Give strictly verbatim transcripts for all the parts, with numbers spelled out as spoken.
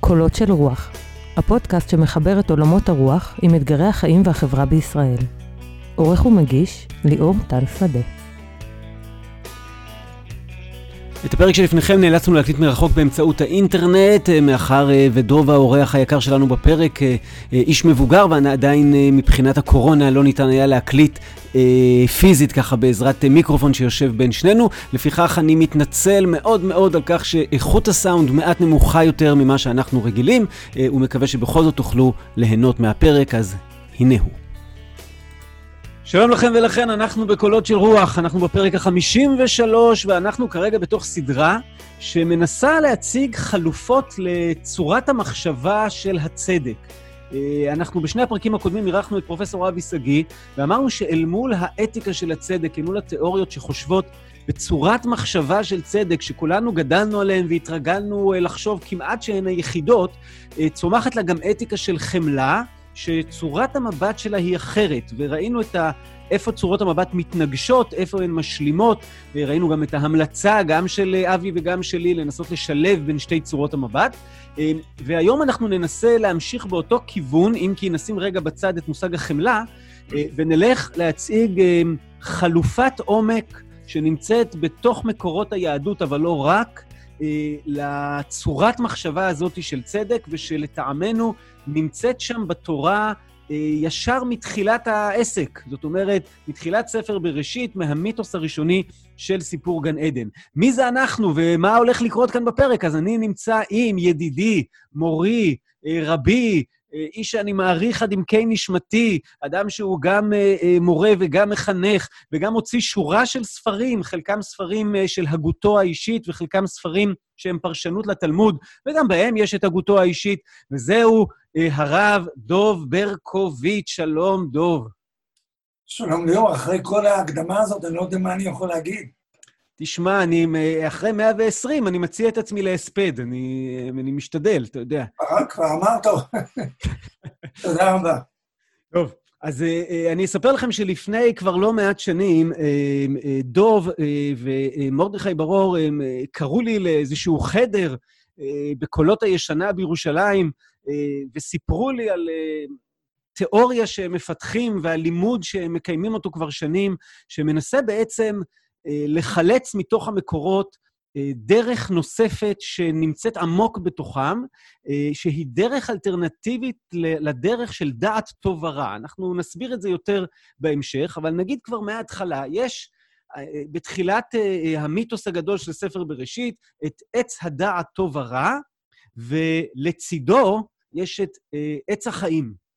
קולות של רוח, הפודקאסט שמחבר את עולמות הרוח עם אתגרי החיים והחברה בישראל. עורך ומגיש, ליאור טל שדה. את הפרק שלפניכם נאלצנו להקליט מרחוק באמצעות האינטרנט, מאחר ודוב האורח היקר שלנו בפרק, איש מבוגר, ועדיין מבחינת הקורונה לא ניתן היה להקליט פיזית ככה בעזרת מיקרופון שיושב בין שנינו. לפיכך אני מתנצל מאוד מאוד על כך שאיכות הסאונד מעט נמוכה יותר ממה שאנחנו רגילים, ומקווה שבכל זאת תוכלו ליהנות מהפרק, אז הנה הוא. שלום לכם ולכן, אנחנו בקולות של רוח, אנחנו בפרק ה-חמישים ושלוש, ואנחנו כרגע בתוך סדרה שמנסה להציג חלופות לצורת המחשבה של הצדק. אנחנו בשני הפרקים הקודמים אירחנו את פרופסור אבי סגי, ואמרנו שאל מול האתיקה של הצדק, אל מול התיאוריות שחושבות בצורת מחשבה של צדק, שכולנו גדלנו עליהן והתרגלנו לחשוב כמעט שהן היחידות, צומחת לה גם אתיקה של חמלה, שצורת המבט שלה היא אחרת, וראינו את ה... איפה צורות המבט מתנגשות, איפה הן משלימות, וראינו גם את ההמלצה, גם של אבי וגם שלי, לנסות לשלב בין שתי צורות המבט. והיום אנחנו ננסה להמשיך באותו כיוון, אם כי נשים רגע בצד את מושג החמלה, ונלך להציג חלופת עומק שנמצאת בתוך מקורות היהדות, אבל לא רק, לצורת מחשבה הזאת של צדק, ושלטעמנו נמצאת שם בתורה ישר מתחילת העסק. זאת אומרת, מתחילת ספר בראשית, מהמיתוס הראשוני של סיפור גן עדן. מי זה אנחנו ומה הולך לקרות כאן בפרק? אז אני נמצא עם ידידי, מורי, רבי, איש שאני מעריך עד עמקי נשמתי, אדם שהוא גם מורה וגם מחנך, וגם הוציא שורה של ספרים, חלקם ספרים של הגותו האישית, וחלקם ספרים שהם פרשנות לתלמוד, וגם בהם יש את הגותו האישית, וזהו הרב דוב ברקוביץ'. שלום דוב. שלום ליאור, אחרי כל ההקדמה הזאת, אני לא יודע מה אני יכול להגיד. תשמע, אני, אחרי מאה ועשרים, אני מציע את עצמי להספד, אני, אני משתדל, אתה יודע. כבר אמרת, תודה רבה. טוב, אז אני אספר לכם שלפני כבר לא מעט שנים, דוב ומרדכי ברור קראו לי לאיזשהו חדר בקולות הישנה בירושלים, וסיפרו לי על תיאוריה שהם מפתחים והלימוד שהם מקיימים אותו כבר שנים, שמנסה בעצם לחלץ מתוך המקורות דרך נוספת שנמצאת עמוק בתוכם, שהיא דרך אלטרנטיבית לדרך של דעת טוב ורע. אנחנו נסביר את זה יותר בהמשך, אבל נגיד כבר מההתחלה, יש בתחילת המיתוס הגדול של ספר בראשית את עץ הדעת טוב ורע, ולצידו יש את עץ החיים.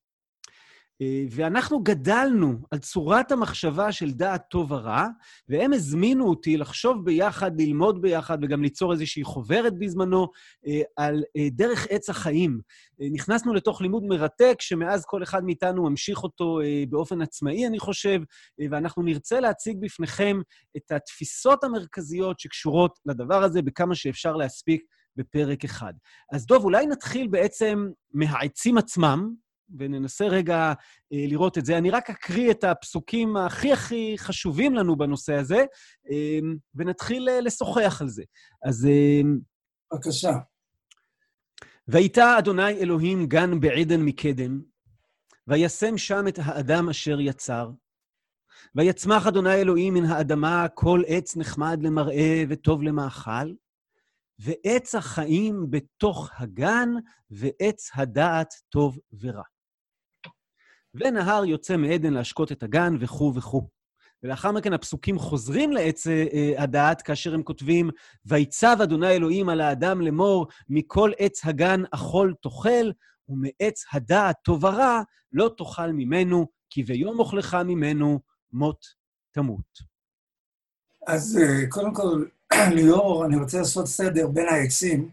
ואנחנו גדלנו על צורת המחשבה של דעת טוב ורע, והם הזמינו אותי לחשוב ביחד, ללמוד ביחד, וגם ליצור איזושהי חוברת בזמנו, על דרך עץ החיים. נכנסנו לתוך לימוד מרתק, שמאז כל אחד מאיתנו ממשיך אותו באופן עצמאי, אני חושב, ואנחנו נרצה להציג בפניכם את התפיסות המרכזיות שקשורות לדבר הזה, בכמה שאפשר להספיק בפרק אחד. אז דוב, אולי נתחיל בעצם מהעצים עצמם, וננסה רגע אה, לראות את זה. אני רק אקריא את הפסוקים הכי הכי חשובים לנו בנושא הזה, אה, ונתחיל אה, לשוחח על זה. אז... אה, בבקשה. והייתה אדוני אלוהים גן בעדן מקדם, וישם שם את האדם אשר יצר, ויצמח אדוני אלוהים מן האדמה כל עץ נחמד למראה וטוב למאכל, ועץ החיים בתוך הגן, ועץ הדעת טוב ורע. ונהר יוצא מעדן להשקות את הגן, וכו' וכו'. ולאחר מכן הפסוקים חוזרים לעץ הדעת, כאשר הם כותבים, ויצב אדוני אלוהים על האדם לאמור, מכל עץ הגן אכול תאכל, ומעץ הדעת טוב ורע לא תאכל ממנו, כי ביום אוכלך ממנו מות תמות. אז קודם כל, ליאור, אני רוצה לעשות סדר בין העצים.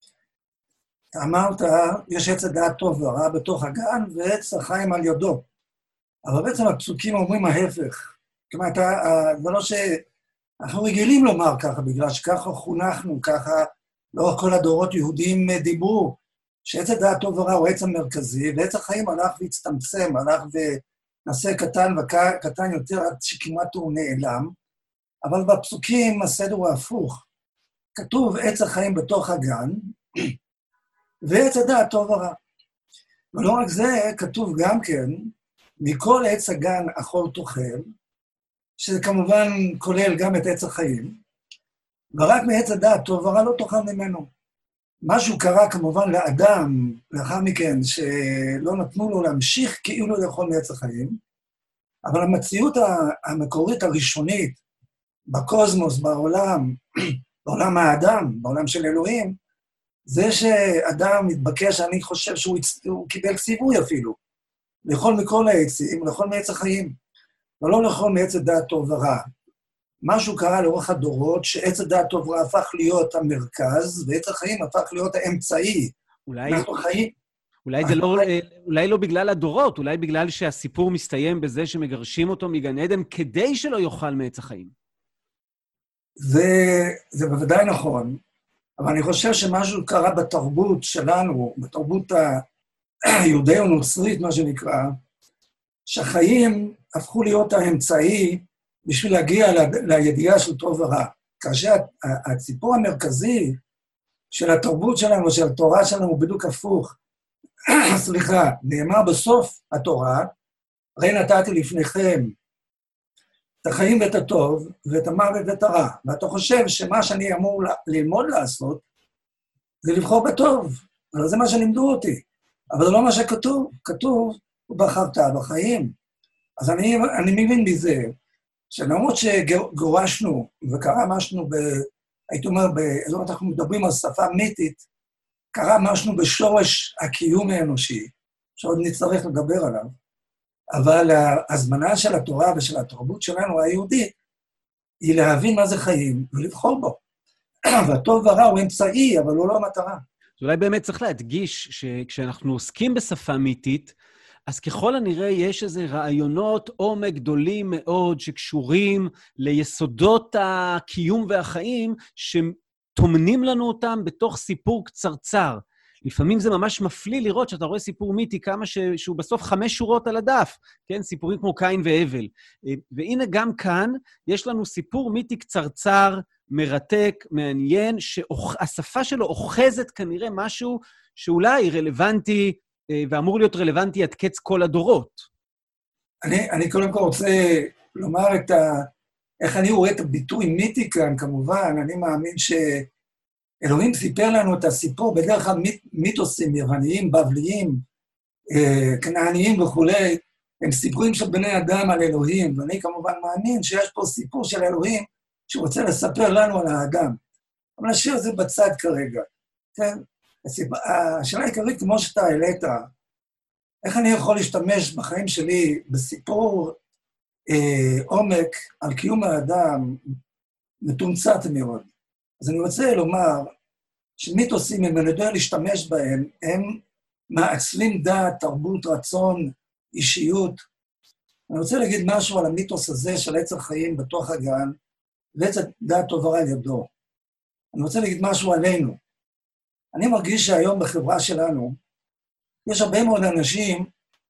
אמרת, יש עץ הדעת טוב ורע בתוך הגן, ועץ החיים על ידו. אבל בעצם הפסוקים אומרים ההפך. כלומר, זה לא שאנחנו רגילים לומר ככה, בגלל שככה חונכנו, ככה לאורך כל הדורות יהודים דיברו, שעץ הדעת טוב ורע הוא עץ המרכזי, ועץ החיים הלך והצטמצם, הלך ונעשה קטן וקטן יותר, עד שכמעט הוא נעלם. אבל בפסוקים הסדר הוא הפוך. כתוב עץ החיים בתוך הגן, ועץ הדעת טוב ורע. ולא רק זה, כתוב גם כן, מכל עץ הגן אכול תאכל, שזה כמובן כולל גם את עץ החיים, ורק מעץ הדעת טוב ורע לא תאכל ממנו. משהו קרה כמובן לאדם, לאחר מכן, שלא נתנו לו להמשיך כאילו לאכול מעץ החיים, אבל המציאות המקורית הראשונית, בקוסמוס, בעולם, בעולם האדם, בעולם של אלוהים, זה שאדם מתבקש, אני חושב שהוא קיבל ציווי אפילו, לאכול מכל העצים, לאכול מעץ החיים, ולא לאכול מעץ הדעת טוב ורע. משהו קרה לאורך הדורות, שעץ הדעת טוב ורע הפך להיות המרכז, ועץ החיים הפך להיות האמצעי. אולי, אנחנו חיים... אולי זה לא, אולי לא בגלל הדורות, אולי בגלל שהסיפור מסתיים בזה שמגרשים אותו מגן עדן, כדי שלא יאכל מעץ החיים. זה, זה בוודאי נכון, אבל אני חושב שמשהו קרה בתרבות שלנו, בתרבות היהודאו-נוצרית, מה שנקרא, שהחיים הפכו להיות האמצעי בשביל להגיע ל- לידיעה של טוב ורע. כאשר הציפור המרכזי של התרבות שלנו, של התורה שלנו, הוא בדיוק הפוך. סליחה, נאמר בסוף התורה, הרי נתתי לפניכם את החיים ואת הטוב, ואת המוות ואת הרע. ואתה חושב שמה שאני אמור ל- ללמוד לעשות, זה לבחור בטוב. אבל זה מה שלימדו אותי. אבל זה לא מה שכתוב. כתוב, ובחרת בחיים. אז אני, אני מבין מזה, שלמרות שגורשנו וקרה משהו, ב, הייתי אומר, ב, זאת אנחנו מדברים על שפה מיתית, קרה משהו בשורש הקיום האנושי, שעוד נצטרך לדבר עליו, אבל ההזמנה של התורה ושל התרבות שלנו היהודית, היא להבין מה זה חיים ולבחור בו. והטוב ורע הוא אמצעי, אבל הוא לא המטרה. אז אולי באמת צריך להדגיש שכשאנחנו עוסקים בשפה מיתית, אז ככל הנראה יש איזה רעיונות עומק גדולים מאוד שקשורים ליסודות הקיום והחיים, שתומנים לנו אותם בתוך סיפור קצרצר. לפעמים זה ממש מפליא לראות שאתה רואה סיפור מיתי, כמה ש... שהוא בסוף חמש שורות על הדף, כן? סיפורים כמו קין והבל. והנה גם כאן יש לנו סיפור מיתי קצרצר, מרתק, מעניין, שהשפה שלו אוחזת כנראה משהו שאולי רלוונטי, ואמור להיות רלוונטי עד קץ כל הדורות. אני, אני קודם כל רוצה לומר את ה... איך אני רואה את הביטוי מיתי כאן, כמובן, אני מאמין שאלוהים סיפר לנו את הסיפור, בדרך כלל מית', מיתוסים יווניים, בבליים, אה, כנעניים וכולי, הם סיפורים של בני אדם על אלוהים, ואני כמובן מאמין שיש פה סיפור של אלוהים, שרוצה לספר לנו על האדם. אבל נשאיר את זה בצד כרגע, כן? השאלה העיקרית, כמו שאתה העלית, איך אני יכול להשתמש בחיים שלי בסיפור אה, עומק על קיום האדם מתומצת מאוד. אז אני רוצה לומר שמיתוסים, אם אני יודע להשתמש בהם, הם מעצבים דעת, תרבות, רצון, אישיות. אני רוצה להגיד משהו על המיתוס הזה של עץ החיים בתוך הגן, ועץ דעת טוב ורע על ידו. אני רוצה להגיד משהו עלינו. אני מרגיש שהיום בחברה שלנו, יש הרבה מאוד אנשים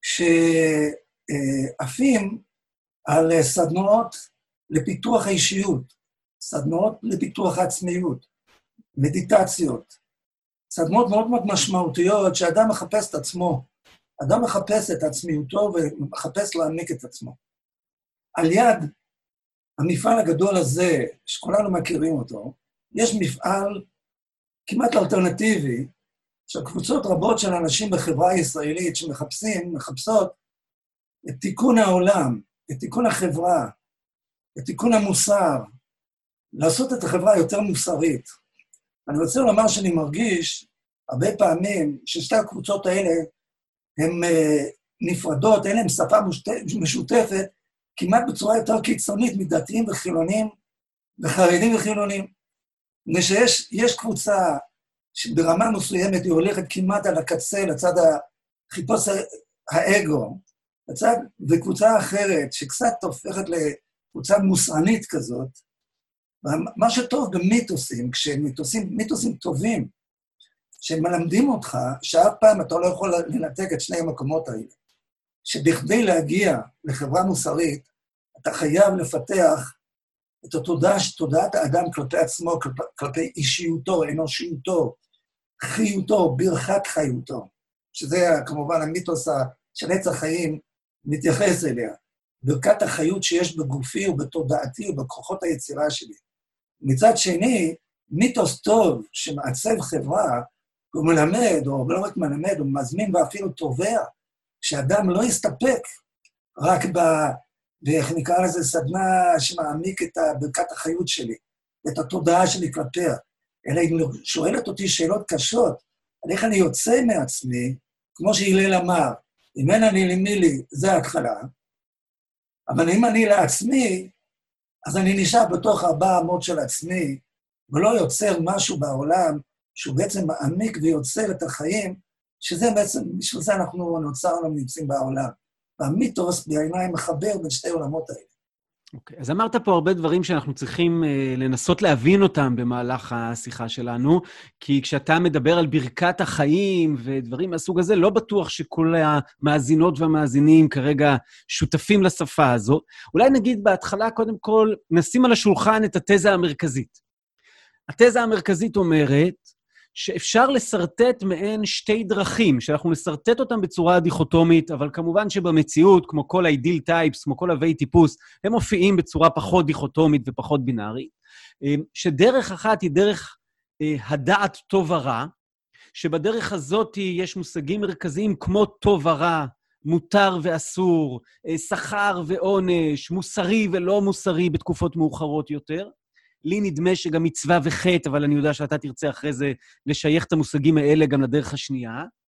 שעפים על סדנאות לפיתוח האישיות, סדנאות לפיתוח העצמיות, מדיטציות, סדנאות מאוד מאוד משמעותיות שאדם מחפש את עצמו, אדם מחפש את עצמיותו ומחפש להעמיק את עצמו. על יד המפעל הגדול הזה, שכולנו מכירים אותו, יש מפעל כמעט אלטרנטיבי, של קבוצות רבות של אנשים בחברה הישראלית שמחפשים, מחפשות את תיקון העולם, את תיקון החברה, את תיקון המוסר, לעשות את החברה יותר מוסרית. אני רוצה לומר שאני מרגיש הרבה פעמים ששתי הקבוצות האלה הן נפרדות, אין להן שפה משותפת, כמעט בצורה יותר קיצונית מדתיים וחילונים, וחרדים וחילונים. מפני שיש יש קבוצה שברמה מסוימת היא הולכת כמעט על הקצה, לצד החיפוש האגו, לצד, וקבוצה אחרת שקצת הופכת לקבוצה מוסרנית כזאת, ומה שטוב במיתוסים, כשמיתוסים, מיתוסים טובים, שמלמדים אותך שאף פעם אתה לא יכול לנתק את שני המקומות האלה, שבכדי להגיע לחברה מוסרית, אתה חייב לפתח את התודעה, תודעת האדם כלפי עצמו, כלפי, כלפי אישיותו, אנושיותו, חיותו, ברכת חיותו, שזה כמובן המיתוס של עץ החיים מתייחס אליה. ברכת החיות שיש בגופי ובתודעתי ובכוחות היצירה שלי. מצד שני, מיתוס טוב שמעצב חברה, הוא מלמד, או לא רק מלמד, הוא מזמין ואפילו תובע, שאדם לא יסתפק רק ב... ואיך נקרא לזה סדנה שמעמיק את ברכת החיות שלי, את התודעה שלי כלפיה, אלא היא שואלת אותי שאלות קשות, על איך אני יוצא מעצמי, כמו שהילל אמר, אם אין אני למי לי, זה ההתחלה, אבל אם אני לעצמי, אז אני נשאר בתוך ארבע אמות של עצמי, ולא יוצר משהו בעולם, שהוא בעצם מעמיק ויוצר את החיים, שזה בעצם, בשביל זה אנחנו נוצרנו נמצאים בעולם. והמיתוס בעיניי מחבר בין שתי עולמות האלה. אוקיי, אז אמרת פה הרבה דברים שאנחנו צריכים אה, לנסות להבין אותם במהלך השיחה שלנו, כי כשאתה מדבר על ברכת החיים ודברים מהסוג הזה, לא בטוח שכל המאזינות והמאזינים כרגע שותפים לשפה הזו. אולי נגיד בהתחלה, קודם כל, נשים על השולחן את התזה המרכזית. התזה המרכזית אומרת שאפשר לסרטט מעין שתי דרכים, שאנחנו נסרטט אותם בצורה דיכוטומית, אבל כמובן שבמציאות, כמו כל האידיל טייפס, כמו כל הווי טיפוס, הם מופיעים בצורה פחות דיכוטומית ופחות בינארית, שדרך אחת היא דרך הדעת טוב ורע, שבדרך הזאת יש מושגים מרכזיים כמו טוב ורע, מותר ואסור, שכר ועונש, מוסרי ולא מוסרי בתקופות מאוחרות יותר, לי נדמה שגם מצווה וחטא, אבל אני יודע שאתה תרצה אחרי זה לשייך את המושגים האלה גם לדרך השנייה.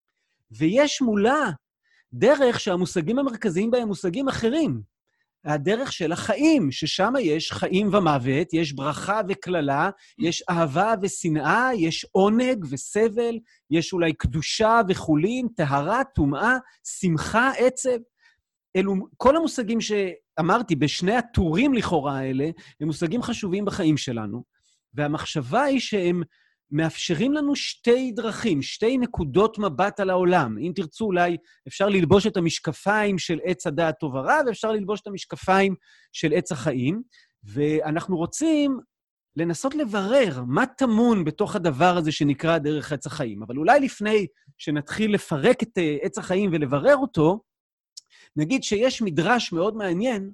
ויש מולה דרך שהמושגים המרכזיים בהם מושגים אחרים. הדרך של החיים, ששם יש חיים ומוות, יש ברכה וכללה, יש אהבה ושנאה, יש עונג וסבל, יש אולי קדושה וחולין, טהרה, טומאה, שמחה, עצב. אלו כל המושגים שאמרתי, בשני הטורים לכאורה האלה, הם מושגים חשובים בחיים שלנו, והמחשבה היא שהם מאפשרים לנו שתי דרכים, שתי נקודות מבט על העולם. אם תרצו, אולי אפשר ללבוש את המשקפיים של עץ הדעת טוב ורע, ואפשר ללבוש את המשקפיים של עץ החיים, ואנחנו רוצים לנסות לברר מה טמון בתוך הדבר הזה שנקרא דרך עץ החיים. אבל אולי לפני שנתחיל לפרק את עץ החיים ולברר אותו, נגיד שיש מדרש מאוד מעניין,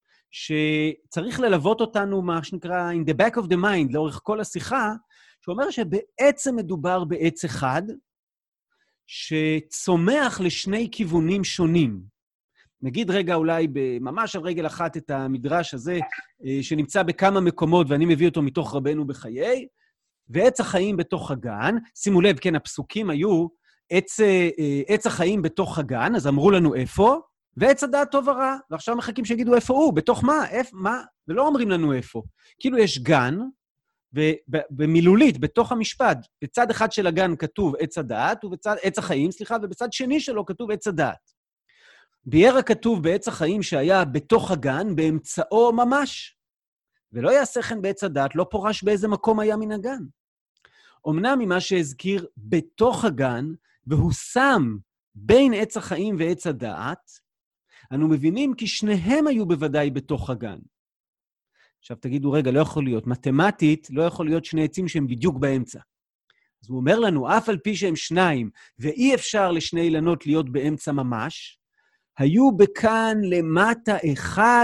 שצריך ללוות אותנו, מה שנקרא, in the back of the mind, לאורך כל השיחה, שאומר שבעצם מדובר בעץ אחד, שצומח לשני כיוונים שונים. נגיד רגע אולי ממש על רגל אחת את המדרש הזה, שנמצא בכמה מקומות, ואני מביא אותו מתוך רבנו בחיי, ועץ החיים בתוך הגן, שימו לב, כן, הפסוקים היו, עץ, עץ החיים בתוך הגן, אז אמרו לנו איפה, ועץ הדעת טוב ורע, ועכשיו מחכים שיגידו איפה הוא, בתוך מה, איפה, מה, ולא אומרים לנו איפה. כאילו יש גן, ובמילולית, בתוך המשפט, בצד אחד של הגן כתוב עץ הדעת, ובצד, עץ החיים, סליחה, ובצד שני שלו כתוב עץ הדעת. בירא כתוב בעץ החיים שהיה בתוך הגן, באמצעו ממש. ולא יעשה כן בעץ הדעת, לא פורש באיזה מקום היה מן הגן. אמנם ממה שהזכיר בתוך הגן, והוא שם בין עץ החיים ועץ הדעת, אנו מבינים כי שניהם היו בוודאי בתוך הגן. עכשיו תגידו, רגע, לא יכול להיות. מתמטית, לא יכול להיות שני עצים שהם בדיוק באמצע. אז הוא אומר לנו, אף על פי שהם שניים, ואי אפשר לשני אילנות להיות באמצע ממש, היו בכאן למטה אחד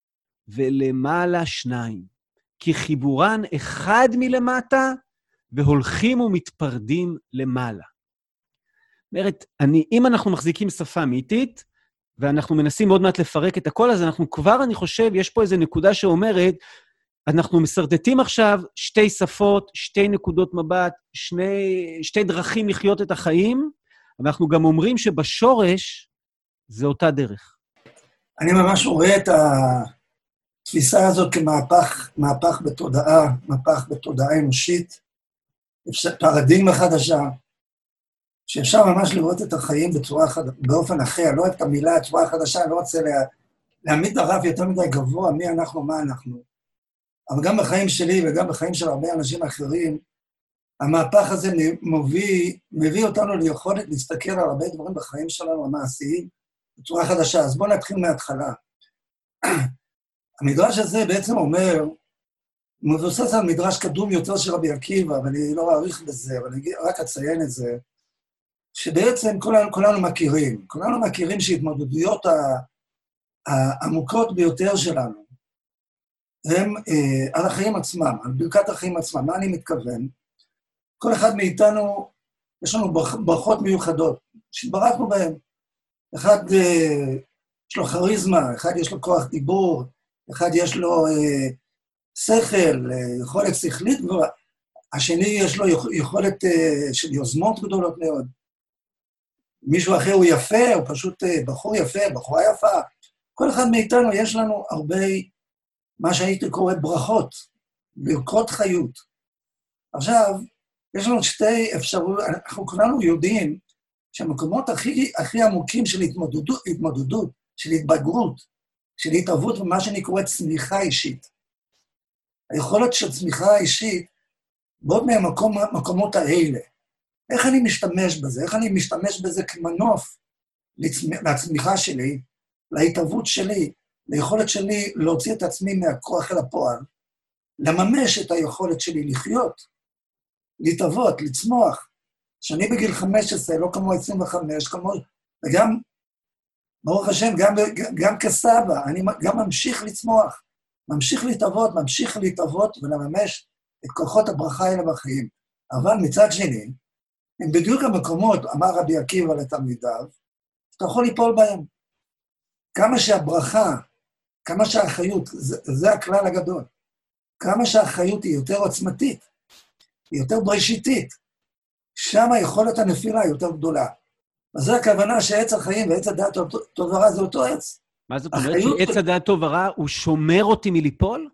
ולמעלה שניים. כי חיבורן אחד מלמטה, והולכים ומתפרדים למעלה. זאת אומרת, אני, אם אנחנו מחזיקים שפה מיתית, ואנחנו מנסים עוד מעט לפרק את הכל, אז אנחנו כבר, אני חושב, יש פה איזו נקודה שאומרת, אנחנו מסרטטים עכשיו שתי שפות, שתי נקודות מבט, שני, שתי דרכים לחיות את החיים, ואנחנו גם אומרים שבשורש זה אותה דרך. אני ממש רואה את התפיסה הזאת כמהפך, מהפך בתודעה, מהפך בתודעה אנושית, פרדיגמה חדשה, שאפשר ממש לראות את החיים בצורה חד... באופן אחר, לא אוהב את המילה, צורה חדשה, אני לא רוצה לה... להעמיד את הרף יותר מדי גבוה, מי אנחנו, מה אנחנו. אבל גם בחיים שלי וגם בחיים של הרבה אנשים אחרים, המהפך הזה מביא, מביא אותנו ליכולת להסתכל על הרבה דברים בחיים שלנו, המעשיים, בצורה חדשה. אז בואו נתחיל מההתחלה. המדרש הזה בעצם אומר, מבוסס על מדרש קדום יותר של רבי עקיבא, ואני לא אעריך בזה, אבל אני רק אציין את זה, שבעצם כולנו, כולנו מכירים, כולנו מכירים שהתמודדויות העמוקות ביותר שלנו, הם אה, על החיים עצמם, על ברכת החיים עצמם. מה אני מתכוון? כל אחד מאיתנו, יש לנו ברכות מיוחדות, שהתברכנו בהן. אחד אה, יש לו כריזמה, אחד יש לו כוח דיבור, אחד יש לו אה, שכל, אה, יכולת שכלית גבוהה, השני יש לו יכולת אה, של יוזמות גדולות מאוד. מישהו אחר הוא יפה, הוא פשוט אה, בחור יפה, בחורה יפה. כל אחד מאיתנו יש לנו הרבה, מה שהייתי קורא ברכות, ברכות חיות. עכשיו, יש לנו שתי אפשרויות, אנחנו כולנו יודעים שהמקומות הכי, הכי עמוקים של התמודדות, התמודדות, של התבגרות, של התערבות ומה שאני קורא צמיחה אישית. היכולת של צמיחה אישית, בעוד מהמקומות האלה. איך אני משתמש בזה? איך אני משתמש בזה כמנוף לצמיחה שלי, להתערבות שלי, ליכולת שלי להוציא את עצמי מהכוח אל הפועל, לממש את היכולת שלי לחיות, להתעבות, לצמוח, שאני בגיל חמש עשרה, לא כמו עשרים וחמש, כמו, וגם, ברוך השם, גם, גם כסבא, אני גם ממשיך לצמוח, ממשיך להתעבות, ממשיך להתעבות ולממש את כוחות הברכה האלה בחיים. אבל מצד שני, הם בדיוק המקומות, אמר רבי עקיבא לתלמידיו, אתה יכול ליפול בהם. כמה שהברכה, כמה שהחיות, זה, זה הכלל הגדול, כמה שהחיות היא יותר עוצמתית, היא יותר בראשיתית, שם היכולת הנפילה היא יותר גדולה. אז זו הכוונה שעץ החיים ועץ הדעת טוב ורע זה אותו עץ. מה זאת אומרת? שעץ הדעת טוב ורע הוא שומר אותי מליפול?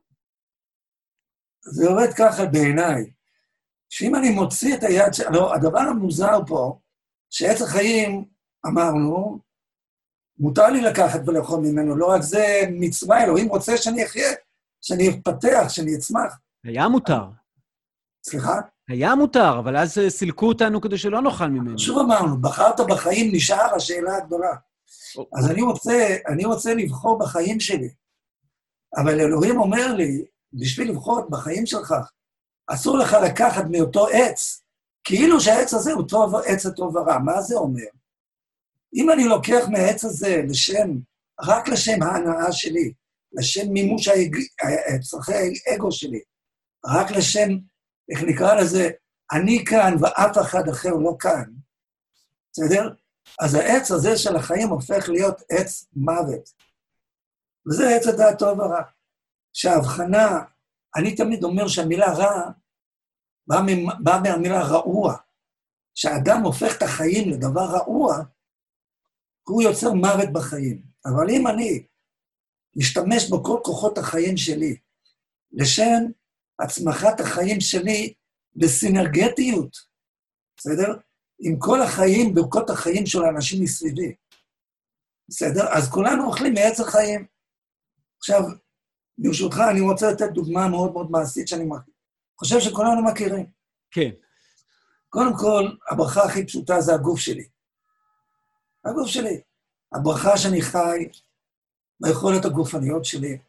זה עובד ככה בעיניי. שאם אני מוציא את היד, ש... לא, הדבר המוזר פה, שעץ החיים, אמרנו, מותר לי לקחת ולאכול ממנו, לא רק זה מצווה, אלוהים רוצה שאני אחיה, שאני אפתח, שאני אצמח. היה מותר. סליחה? היה מותר, אבל אז סילקו אותנו כדי שלא נאכל ממנו. שוב אמרנו, בחרת בחיים, נשאר השאלה הגדולה. אז אני רוצה, אני רוצה לבחור בחיים שלי. אבל אלוהים אומר לי, בשביל לבחור בחיים שלך, אסור לך לקחת מאותו עץ, כאילו שהעץ הזה הוא טוב, עץ הטוב ורע. מה זה אומר? אם אני לוקח מהעץ הזה לשם, רק לשם ההנאה שלי, לשם מימוש צרכי האגו שלי, רק לשם, איך נקרא לזה, אני כאן ואף אחד אחר לא כאן, בסדר? אז העץ הזה של החיים הופך להיות עץ מוות. וזה עץ הדעת טוב ורע. שההבחנה, אני תמיד אומר שהמילה רע, באה בא מהמילה רעוע. שהאדם הופך את החיים לדבר רעוע, הוא יוצר מוות בחיים. אבל אם אני משתמש בכל כוחות החיים שלי, לשם הצמחת החיים שלי בסינרגטיות, בסדר? עם כל החיים, ברכות החיים של האנשים מסביבי. בסדר? אז כולנו אוכלים מעץ החיים. עכשיו, ברשותך, אני רוצה לתת דוגמה מאוד מאוד מעשית שאני חושב שכולנו מכירים. כן. קודם כל, הברכה הכי פשוטה זה הגוף שלי. הגוף שלי. הברכה שאני חי, ביכולת הגופניות שלי.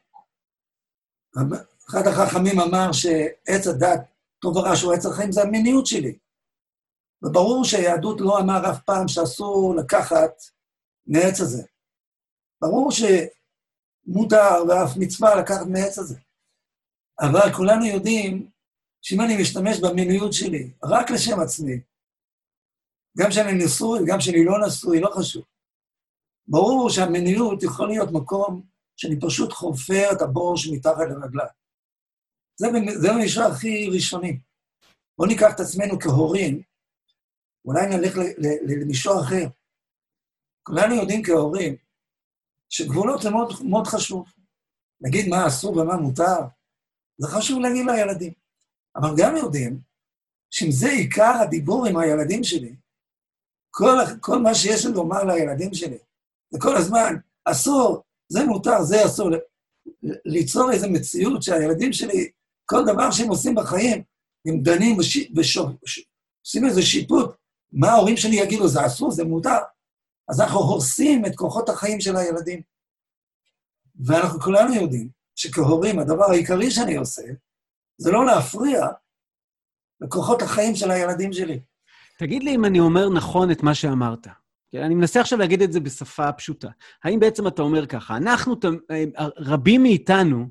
אחד החכמים אמר שעץ הדת, טוב ורע שהוא עץ החיים, זה המיניות שלי. וברור שהיהדות לא אמר אף פעם שאסור לקחת מעץ הזה. ברור שמותר ואף מצווה לקחת מעץ הזה. אבל כולנו יודעים שאם אני משתמש במיניות שלי, רק לשם עצמי, גם שאני נשוי, גם שאני לא נשוי, לא חשוב. ברור שהמיניות יכול להיות מקום שאני פשוט חופר את הבור שמתחת לרגלה. זה, זה המשל הכי ראשוני. בואו ניקח את עצמנו כהורים, אולי נלך למישור אחר. כולנו יודעים כהורים, שגבולות זה מאוד, מאוד חשוב. להגיד מה אסור ומה מותר, זה חשוב להגיד לילדים. אבל גם יודעים, שאם זה עיקר הדיבור עם הילדים שלי, כל, כל מה שיש לי לומר לילדים שלי, וכל הזמן, אסור, זה מותר, זה אסור, ליצור איזו מציאות שהילדים שלי, כל דבר שהם עושים בחיים, הם דנים ועושים איזה שיפוט, מה ההורים שלי יגידו, זה אסור, זה מותר, אז אנחנו הורסים את כוחות החיים של הילדים. ואנחנו כולנו יודעים שכהורים, הדבר העיקרי שאני עושה, זה לא להפריע לכוחות החיים של הילדים שלי. תגיד לי אם אני אומר נכון את מה שאמרת. אני מנסה עכשיו להגיד את זה בשפה פשוטה. האם בעצם אתה אומר ככה, אנחנו, רבים מאיתנו,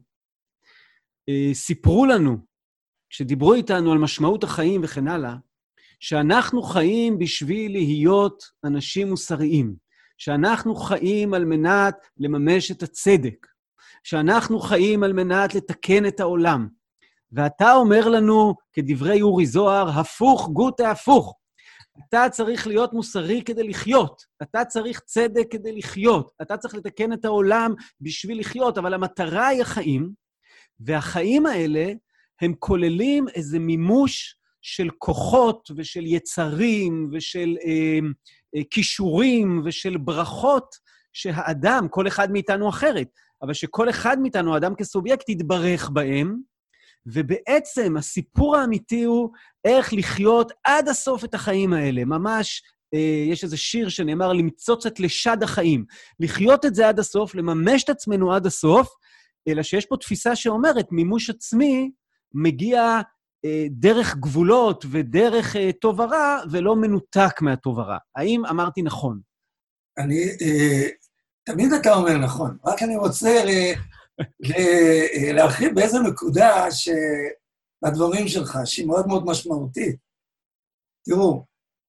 סיפרו לנו, כשדיברו איתנו על משמעות החיים וכן הלאה, שאנחנו חיים בשביל להיות אנשים מוסריים, שאנחנו חיים על מנת לממש את הצדק, שאנחנו חיים על מנת לתקן את העולם. ואתה אומר לנו, כדברי אורי זוהר, הפוך גוטה הפוך. אתה צריך להיות מוסרי כדי לחיות, אתה צריך צדק כדי לחיות, אתה צריך לתקן את העולם בשביל לחיות, אבל המטרה היא החיים, והחיים האלה הם כוללים איזה מימוש של כוחות ושל יצרים ושל אה, אה, כישורים ושל ברכות שהאדם, כל אחד מאיתנו אחרת, אבל שכל אחד מאיתנו, האדם כסובייקט, יתברך בהם, ובעצם הסיפור האמיתי הוא איך לחיות עד הסוף את החיים האלה. ממש, אה, יש איזה שיר שנאמר, למצוץ את לשד החיים. לחיות את זה עד הסוף, לממש את עצמנו עד הסוף, אלא שיש פה תפיסה שאומרת, מימוש עצמי מגיע אה, דרך גבולות ודרך אה, טוב הרע, ולא מנותק מהטוב הרע. האם אמרתי נכון? אני, אה, תמיד אתה אומר נכון, רק אני רוצה ל... להרחיב באיזו נקודה בדברים שלך, שהיא מאוד מאוד משמעותית. תראו,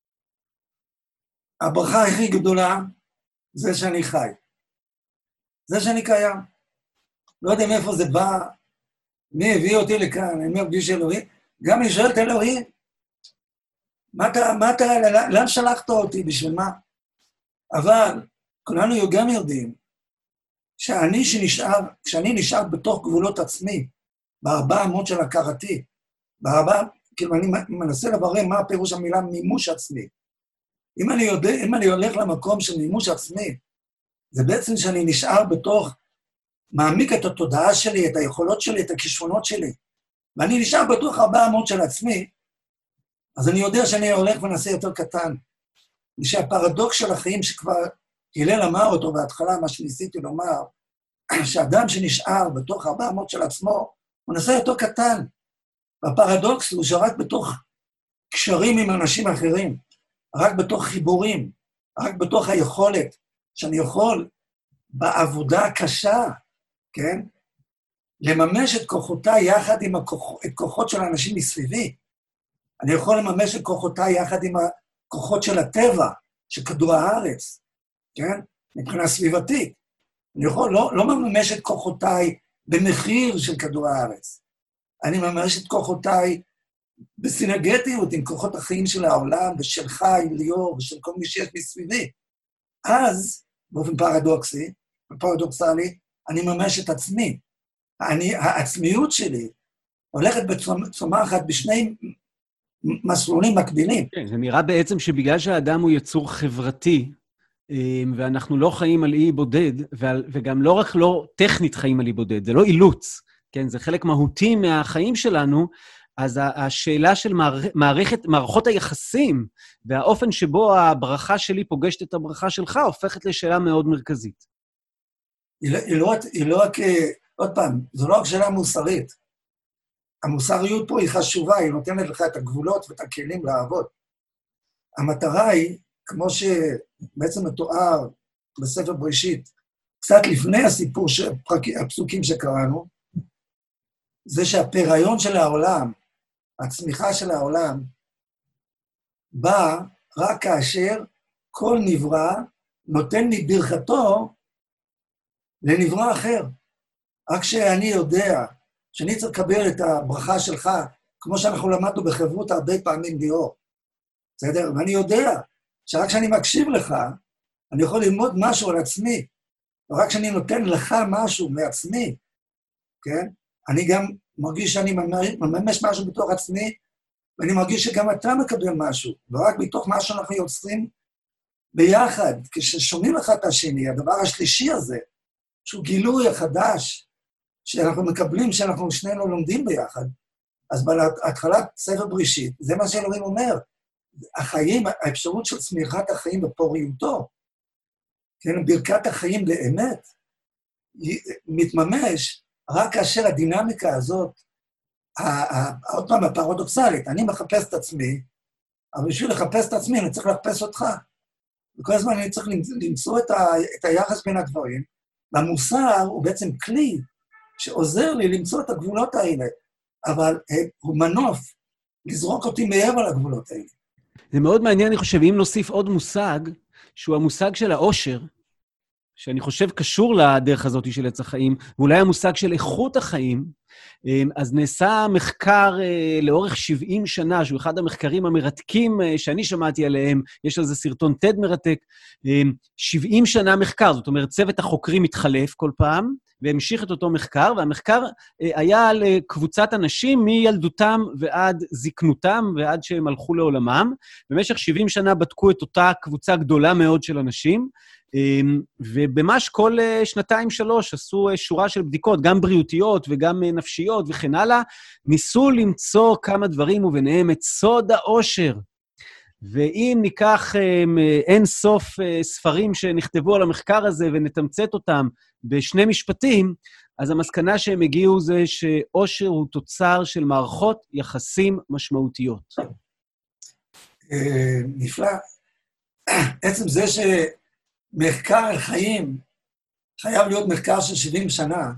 הברכה הכי גדולה זה שאני חי. זה שאני קיים. לא יודע מאיפה זה בא, מי הביא אותי לכאן, אני מרגיש אלוהים. גם אני שואל את אלוהים, מה אתה, מה אתה, לאן שלחת אותי, בשביל מה? אבל כולנו גם יודעים, שאני שנשאר, כשאני נשאר בתוך גבולות עצמי, בארבע אמות של הכרתי, בארבע, כאילו אני מנסה לברר מה הפירוש המילה מימוש עצמי. אם אני יודע, אם אני הולך למקום של מימוש עצמי, זה בעצם שאני נשאר בתוך, מעמיק את התודעה שלי, את היכולות שלי, את הכישרונות שלי, ואני נשאר בתוך ארבע אמות של עצמי, אז אני יודע שאני הולך ונעשה יותר קטן. שהפרדוקס של החיים שכבר הלל אמר אותו בהתחלה, מה שניסיתי לומר, שאדם שנשאר בתוך ארבע אמות של עצמו, הוא נעשה יותר קטן. והפרדוקס הוא שרק בתוך קשרים עם אנשים אחרים, רק בתוך חיבורים, רק בתוך היכולת, שאני יכול בעבודה הקשה, כן? לממש את כוחותיי יחד עם הכוח, את כוחות של האנשים מסביבי. אני יכול לממש את כוחותיי יחד עם הכוחות של הטבע, של כדור הארץ, כן? מבחינה סביבתית. אני יכול, לא, לא מממש את כוחותיי במחיר של כדור הארץ. אני מממש את כוחותיי בסינרגטיות עם כוחות החיים של העולם, ושלך, עם ליאור, ושל כל מי שיש מסביבי. אז, באופן פרדוקסי, פרדוקסלי, אני מממש את עצמי. אני, העצמיות שלי הולכת בצומחת בשני מסלולים מקבילים. כן, זה נראה בעצם שבגלל שהאדם הוא יצור חברתי, ואנחנו לא חיים על אי בודד, וגם לא רק לא טכנית חיים על אי בודד, זה לא אילוץ, כן? זה חלק מהותי מהחיים שלנו, אז השאלה של מערכת, מערכות היחסים, והאופן שבו הברכה שלי פוגשת את הברכה שלך, הופכת לשאלה מאוד מרכזית. היא לא, היא לא, היא לא רק, עוד פעם, זו לא רק שאלה מוסרית. המוסריות פה היא חשובה, היא נותנת לך את הגבולות ואת הכלים לעבוד. המטרה היא, כמו שבעצם מתואר בספר בראשית, קצת לפני הסיפור, הפסוקים שקראנו, זה שהפריון של העולם, הצמיחה של העולם, בא רק כאשר כל נברא נותן מברכתו לנברא אחר. רק שאני יודע שאני צריך לקבל את הברכה שלך, כמו שאנחנו למדנו בחברות הרבה פעמים ליאור. בסדר? ואני יודע שרק כשאני מקשיב לך, אני יכול ללמוד משהו על עצמי, ורק כשאני נותן לך משהו מעצמי, כן? אני גם מרגיש שאני מממש משהו בתוך עצמי, ואני מרגיש שגם אתה מקבל משהו, ורק בתוך מה שאנחנו יוצרים ביחד, כששומעים אחד את השני, הדבר השלישי הזה, שהוא גילוי החדש, שאנחנו מקבלים, שאנחנו שנינו לומדים ביחד, אז בהתחלת ספר בראשית, זה מה שאלוהים אומר, החיים, האפשרות של צמיחת החיים בפוריותו, כן, ברכת החיים באמת, מתממש רק כאשר הדינמיקה הזאת, עוד פעם, הפרדוקסלית, אני מחפש את עצמי, אבל בשביל לחפש את עצמי אני צריך לחפש אותך. וכל הזמן אני צריך למצוא את, ה, את היחס בין הדברים, והמוסר הוא בעצם כלי שעוזר לי למצוא את הגבולות האלה, אבל הוא מנוף לזרוק אותי מעבר לגבולות האלה. זה מאוד מעניין, אני חושב, אם נוסיף עוד מושג, שהוא המושג של העושר, שאני חושב קשור לדרך הזאת של עץ החיים, ואולי המושג של איכות החיים, אז נעשה מחקר לאורך שבעים שנה, שהוא אחד המחקרים המרתקים שאני שמעתי עליהם, יש על זה סרטון טד מרתק, שבעים שנה מחקר, זאת אומרת, צוות החוקרים מתחלף כל פעם, והמשיך את אותו מחקר, והמחקר היה על קבוצת אנשים מילדותם ועד זקנותם, ועד שהם הלכו לעולמם. במשך שבעים שנה בדקו את אותה קבוצה גדולה מאוד של אנשים, ובמש כל שנתיים שלוש עשו שורה של בדיקות, גם בריאותיות וגם נפשיות וכן הלאה, ניסו למצוא כמה דברים וביניהם את סוד העושר. ואם ניקח אין סוף ספרים שנכתבו על המחקר הזה ונתמצת אותם בשני משפטים, אז המסקנה שהם הגיעו זה שעושר הוא תוצר של מערכות יחסים משמעותיות. נפלא. עצם זה שמחקר על חיים חייב להיות מחקר של שבעים שנה,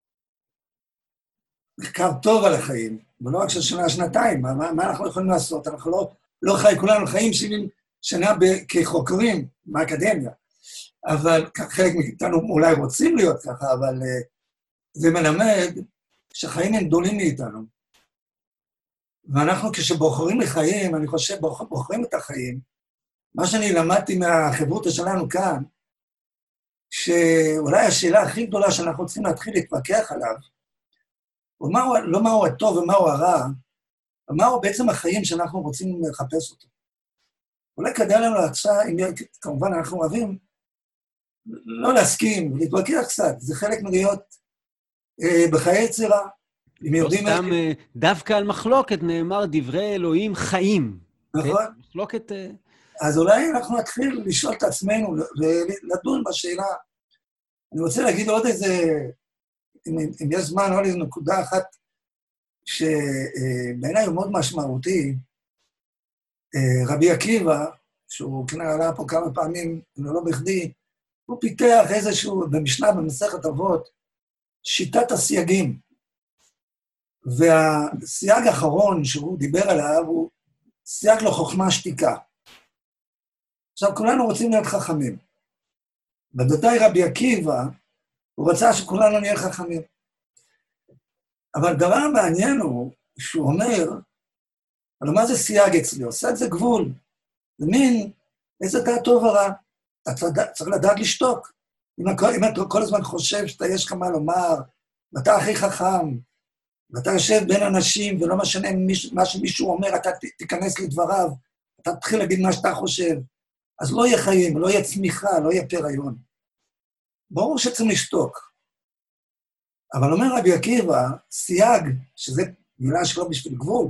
מחקר טוב על החיים, ולא רק של שנה, שנתיים, מה, מה אנחנו יכולים לעשות? אנחנו לא, לא חי, כולנו חיים שבעים שנה ב- כחוקרים באקדמיה, אבל חלק מאיתנו אולי רוצים להיות ככה, אבל uh, זה מלמד שחיים הם גדולים מאיתנו. ואנחנו כשבוחרים לחיים, אני חושב, בוח, בוחרים את החיים, מה שאני למדתי מהחברותא שלנו כאן, שאולי השאלה הכי גדולה שאנחנו רוצים להתחיל להתווכח עליו, הוא מהו, לא מהו הטוב ומהו הרע, ומהו בעצם החיים שאנחנו רוצים לחפש אותו. אולי כדאי לנו עכשיו, כמובן אנחנו אוהבים, לא להסכים, להתווכח קצת, זה חלק מלהיות אה, בחיי יצירה. לא סתם, איך... דווקא על מחלוקת נאמר דברי אלוהים חיים. נכון. כן? מחלוקת... אז אולי אנחנו נתחיל לשאול את עצמנו, ולדון בשאלה. אני רוצה להגיד עוד איזה, אם, אם יש זמן, עוד איזו נקודה אחת, שבעיניי הוא מאוד משמעותי, רבי עקיבא, שהוא כנראה עלה פה כמה פעמים, אם לא בכדי, הוא פיתח איזשהו, במשנה, במסכת אבות, שיטת הסייגים. והסייג האחרון שהוא דיבר עליו, הוא סייג לחוכמה שתיקה. עכשיו, כולנו רוצים להיות חכמים. בוודאי רבי עקיבא, הוא רצה שכולנו נהיה חכמים. אבל דבר מעניין הוא, שהוא אומר, אבל מה זה סייג אצלי? עושה את זה גבול. זה מין, איזה דעת טוב ורע. אתה צריך לדעת לשתוק. אם, אם אתה כל הזמן חושב שאתה יש לך מה לומר, ואתה הכי חכם, ואתה יושב בין אנשים, ולא משנה מה שמישהו אומר, אתה תיכנס לדבריו, אתה תתחיל להגיד מה שאתה חושב, אז לא יהיה חיים, לא יהיה צמיחה, לא יהיה פריון. ברור שצריך לשתוק. אבל אומר רבי עקיבא, סייג, שזה מילה שלו בשביל גבול,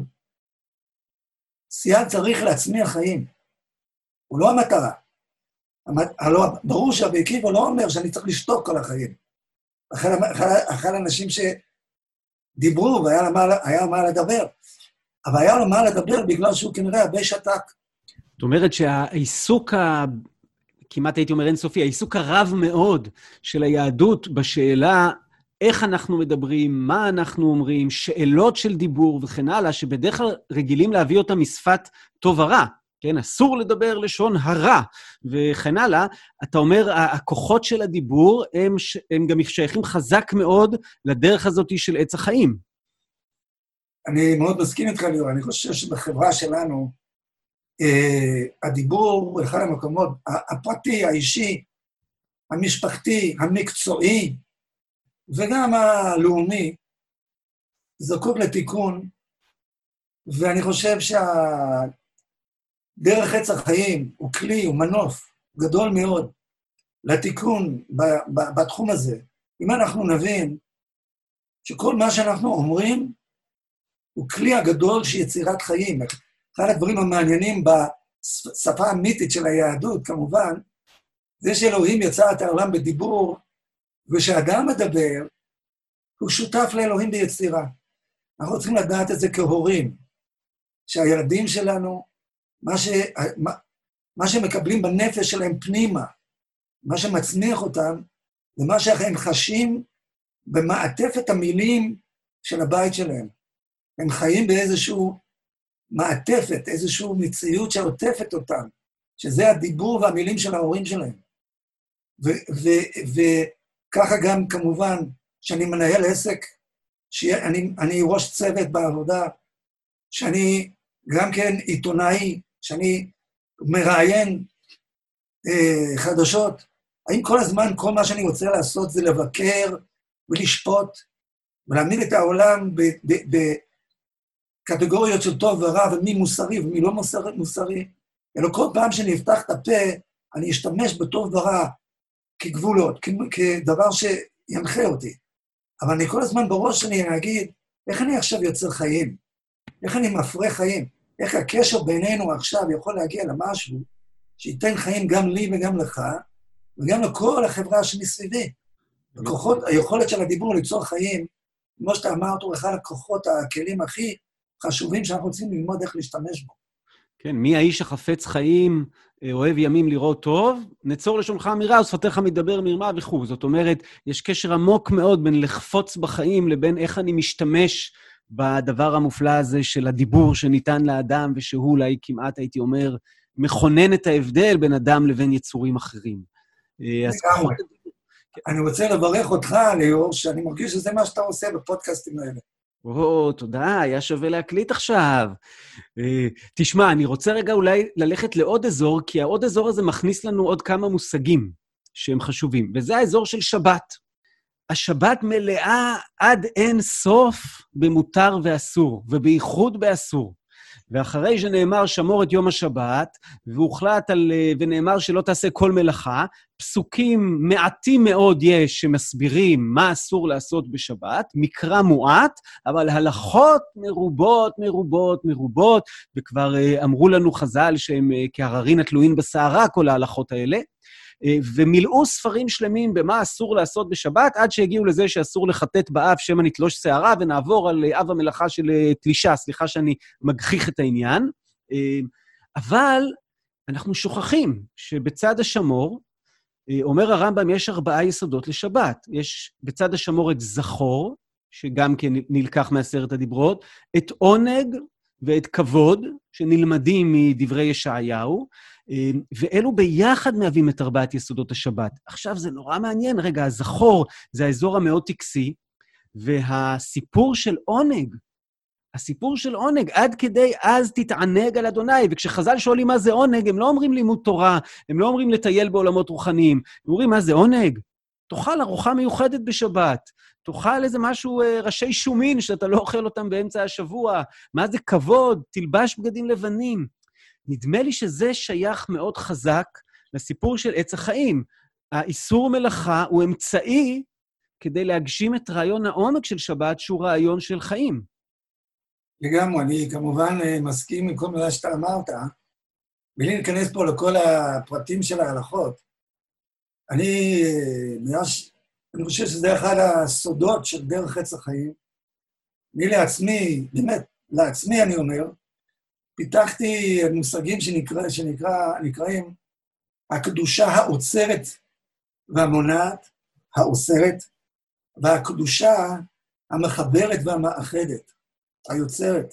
סייג צריך להצמיח חיים. הוא לא המטרה. ברור שרבי עקיבא לא אומר שאני צריך לשתוק כל החיים. אחרי האנשים שדיברו והיה לו מה לדבר. אבל היה לו מה לדבר בגלל שהוא כנראה הרבה שתק. זאת אומרת שהעיסוק, ה... כמעט הייתי אומר אינסופי, העיסוק הרב מאוד של היהדות בשאלה איך אנחנו מדברים, מה אנחנו אומרים, שאלות של דיבור וכן הלאה, שבדרך כלל רגילים להביא אותם משפת טוב ורע, כן? אסור לדבר לשון הרע וכן הלאה. אתה אומר, הכוחות של הדיבור הם, הם גם שייכים חזק מאוד לדרך הזאת של עץ החיים. אני מאוד מסכים איתך, ליאור. אני חושב שבחברה שלנו, אה, הדיבור הוא אחד המקומות, הפרטי, האישי, המשפחתי, המקצועי, וגם הלאומי, זקוק לתיקון, ואני חושב שהדרך עץ החיים הוא כלי, הוא מנוף גדול מאוד לתיקון בתחום הזה. אם אנחנו נבין שכל מה שאנחנו אומרים הוא כלי הגדול של יצירת חיים. אחד הדברים המעניינים בשפה המיתית של היהדות, כמובן, זה שאלוהים יצר את העולם בדיבור, ושאדם מדבר, הוא שותף לאלוהים ביצירה. אנחנו צריכים לדעת את זה כהורים, שהילדים שלנו, מה, ש, מה, מה שהם מקבלים בנפש שלהם פנימה, מה שמצמיח אותם, זה מה שהם חשים במעטפת המילים של הבית שלהם. הם חיים באיזשהו מעטפת, איזשהו מציאות שעוטפת אותם, שזה הדיבור והמילים של ההורים שלהם. וככה גם כמובן, שאני מנהל עסק, שאני אני ראש צוות בעבודה, שאני גם כן עיתונאי, שאני מראיין אה, חדשות, האם כל הזמן כל מה שאני רוצה לעשות זה לבקר ולשפוט, ולהעמיד את העולם בקטגוריות של טוב ורע, ומי מוסרי ומי לא מוסרי, מוסרי, אלא כל פעם שאני אפתח את הפה, אני אשתמש בטוב ורע כגבולות, כדבר שינחה אותי. אבל אני כל הזמן בראש שלי אגיד, איך אני עכשיו יוצר חיים? איך אני מפרה חיים? איך הקשר בינינו עכשיו יכול להגיע למשהו שייתן חיים גם לי וגם לך, וגם לכל החברה שמסביבי. הכוחות, היכולת של הדיבור ליצור חיים, כמו שאתה אמרת, הוא אחד הכוחות, הכלים הכי חשובים שאנחנו רוצים ללמוד איך להשתמש בו. כן, מי האיש החפץ חיים, אוהב ימים לראות טוב, נצור לשונך אמירה, ושפתיך מדבר מרמה וכו'. זאת אומרת, יש קשר עמוק מאוד בין לחפוץ בחיים לבין איך אני משתמש בדבר המופלא הזה של הדיבור שניתן לאדם, ושהוא אולי כמעט, הייתי אומר, מכונן את ההבדל בין אדם לבין יצורים אחרים. לגמרי. אני רוצה לברך אותך, ליאור, שאני מרגיש שזה מה שאתה עושה בפודקאסטים האלה. או, תודה, היה שווה להקליט עכשיו. תשמע, אני רוצה רגע אולי ללכת לעוד אזור, כי העוד אזור הזה מכניס לנו עוד כמה מושגים שהם חשובים, וזה האזור של שבת. השבת מלאה עד אין סוף במותר ואסור, ובייחוד באסור. ואחרי שנאמר שמור את יום השבת, והוחלט על, ונאמר שלא תעשה כל מלאכה, פסוקים מעטים מאוד יש שמסבירים מה אסור לעשות בשבת, מקרא מועט, אבל הלכות מרובות, מרובות, מרובות, וכבר אמרו לנו חז"ל שהם כהררין התלויים בסערה, כל ההלכות האלה, ומילאו ספרים שלמים במה אסור לעשות בשבת, עד שהגיעו לזה שאסור לחטט באף שמא נתלוש שערה, ונעבור על אב המלאכה של תלישה, סליחה שאני מגחיך את העניין. אבל אנחנו שוכחים שבצד השמור, אומר הרמב"ם, יש ארבעה יסודות לשבת. יש בצד השמור את זכור, שגם כן נלקח מעשרת הדיברות, את עונג ואת כבוד, שנלמדים מדברי ישעיהו, ואלו ביחד מהווים את ארבעת יסודות השבת. עכשיו זה נורא מעניין, רגע, הזכור זה האזור המאוד טקסי, והסיפור של עונג, הסיפור של עונג, עד כדי אז תתענג על אדוני, וכשחז"ל שואלים מה זה עונג, הם לא אומרים לימוד תורה, הם לא אומרים לטייל בעולמות רוחניים, הם אומרים מה זה עונג? תאכל ארוחה מיוחדת בשבת, תאכל איזה משהו, ראשי שומין, שאתה לא אוכל אותם באמצע השבוע, מה זה כבוד, תלבש בגדים לבנים. נדמה לי שזה שייך מאוד חזק לסיפור של עץ החיים. האיסור מלאכה הוא אמצעי כדי להגשים את רעיון העומק של שבת, שהוא רעיון של חיים. לגמרי, אני כמובן מסכים עם כל מילה שאתה אמרת, בלי להיכנס פה לכל הפרטים של ההלכות. אני, אני חושב שזה אחד הסודות של דרך עץ החיים. אני לעצמי, באמת, לעצמי אני אומר, פיתחתי מושגים שנקרא, שנקרא, נקראים הקדושה האוצרת והמונעת, האוצרת, והקדושה המחברת והמאחדת, היוצרת.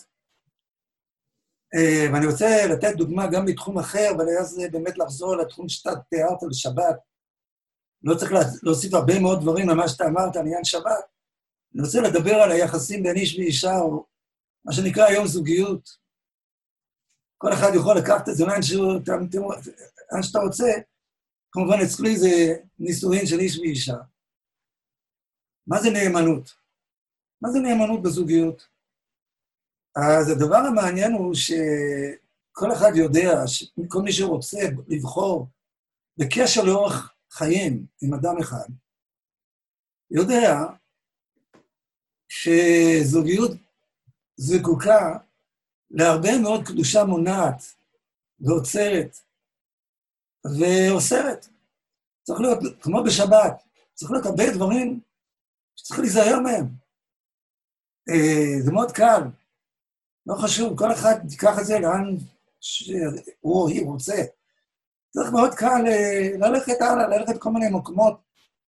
ואני רוצה לתת דוגמה גם מתחום אחר, ואז באמת לחזור לתחום שאתה תיארת על שבת. לא צריך להוסיף הרבה מאוד דברים למה שאתה אמרת על עניין שבת. אני רוצה לדבר על היחסים בין איש ואישה, או מה שנקרא היום זוגיות. כל אחד יכול לקחת את זה לאן שאתה רוצה, כמובן אצלי זה נישואין של איש ואישה. מה זה נאמנות? מה זה נאמנות בזוגיות? אז הדבר המעניין הוא שכל אחד יודע, כל מי שרוצה לבחור בקשר לאורך חיים עם אדם אחד, יודע שזוגיות זקוקה להרבה מאוד קדושה מונעת ועוצרת ואוסרת. צריך להיות, כמו בשבת, צריך להיות הרבה דברים שצריך להיזהר מהם. זה מאוד קל, לא חשוב, כל אחד ייקח את זה לאן שהוא או היא רוצה. צריך מאוד קל ללכת הלאה, ללכת כל מיני מקומות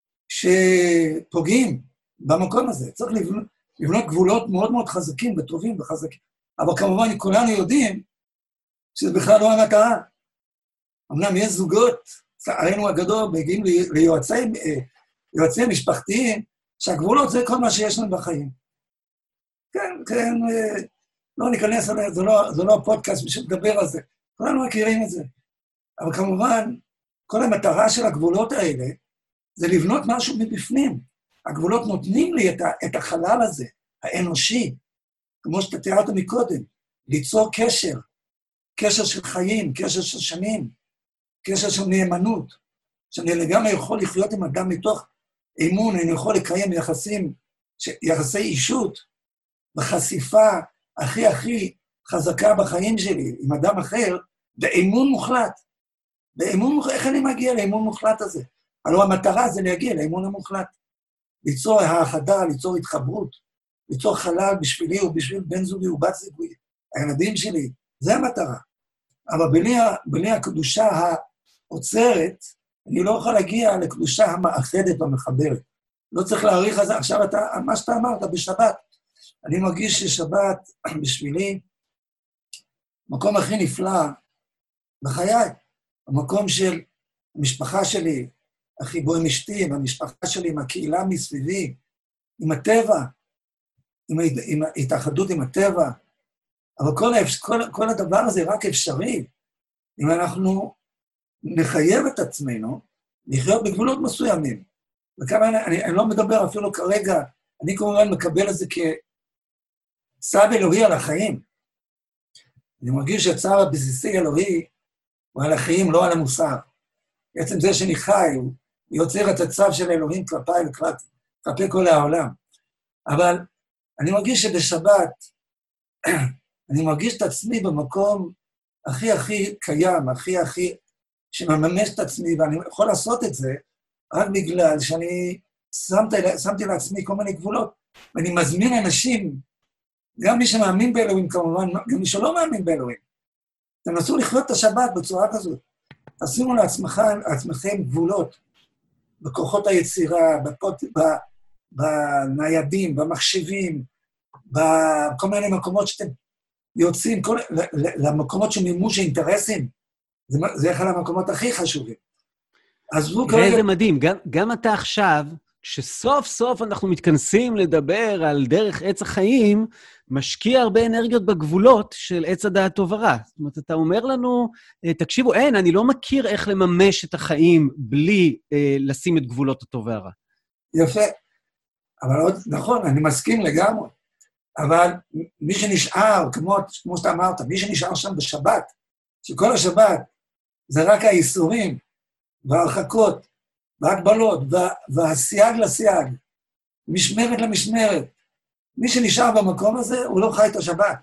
שפוגעים במקום הזה. צריך לבנות, לבנות גבולות מאוד מאוד חזקים וטובים וחזקים. אבל כמובן כולנו יודעים שזה בכלל לא המטרה. אמנם יש זוגות, צערנו הגדול, מגיעים ליועצי, ליועצי משפחתיים, שהגבולות זה כל מה שיש לנו בחיים. כן, כן, לא ניכנס עליה, זה לא, זה לא הפודקאסט בשביל לדבר על זה. כולנו מכירים את זה. אבל כמובן, כל המטרה של הגבולות האלה, זה לבנות משהו מבפנים. הגבולות נותנים לי את, ה, את החלל הזה, האנושי, כמו שאתה תיארת מקודם, ליצור קשר, קשר של חיים, קשר של שנים, קשר של נאמנות, שאני לגמרי יכול לחיות עם אדם מתוך אמון, אני יכול לקיים יחסים, יחסי אישות, בחשיפה הכי הכי חזקה בחיים שלי, עם אדם אחר, באמון מוחלט. באמון, איך אני מגיע לאמון מוחלט הזה? הלוא המטרה זה להגיע לאמון המוחלט. ליצור האחדה, ליצור התחברות, ליצור חלל בשבילי ובשביל בן זוגי ובת זוגי, הילדים שלי, זה המטרה. אבל בלי, בלי הקדושה העוצרת, אני לא יכול להגיע לקדושה המאחדת והמחברת. לא צריך להעריך על זה. עכשיו אתה, מה שאתה אמרת בשבת, אני מרגיש ששבת בשבילי, מקום הכי נפלא בחיי, המקום של המשפחה שלי, החיבור עם אשתי, עם המשפחה שלי, עם הקהילה מסביבי, עם הטבע, עם, עם ההתאחדות עם הטבע, אבל כל, כל, כל הדבר הזה רק אפשרי, אם אנחנו נחייב את עצמנו, לחיות בגבולות מסוימים. וכמה אני, אני, אני לא מדבר אפילו כרגע, אני כמובן מקבל את זה כצו אלוהי על החיים. אני מרגיש שהצו הבסיסי אלוהי הוא על החיים, לא על המוסר. בעצם זה שאני חי, הוא יוצר את הצו של אלוהים כלפיי וכלפי כל העולם. אבל אני מרגיש שבשבת, אני מרגיש את עצמי במקום הכי הכי קיים, הכי הכי שמממש את עצמי, ואני יכול לעשות את זה רק בגלל שאני שמתי, שמתי לעצמי כל מיני גבולות, ואני מזמין אנשים, גם מי שמאמין באלוהים כמובן, גם מי שלא מאמין באלוהים, תנסו לחיות את השבת בצורה כזאת, תשימו לעצמכם גבולות, בכוחות היצירה, בפות, בניידים, במחשבים, בכל מיני מקומות שאתם יוצאים, כל, למקומות של מימוש האינטרסים, זה, זה אחד המקומות הכי חשובים. אז הוא כרגע... זה מדהים, גם, גם אתה עכשיו, שסוף סוף אנחנו מתכנסים לדבר על דרך עץ החיים, משקיע הרבה אנרגיות בגבולות של עץ הדעת טוב ורע. זאת אומרת, אתה אומר לנו, תקשיבו, אין, אני לא מכיר איך לממש את החיים בלי אה, לשים את גבולות הטוב והרע. יפה. אבל עוד, נכון, אני מסכים לגמרי. אבל מי שנשאר, כמו, כמו שאתה אמרת, מי שנשאר שם בשבת, שכל השבת זה רק האיסורים וההרחקות וההגבלות והסייג לסייג, משמרת למשמרת, מי שנשאר במקום הזה, הוא לא חי את השבת.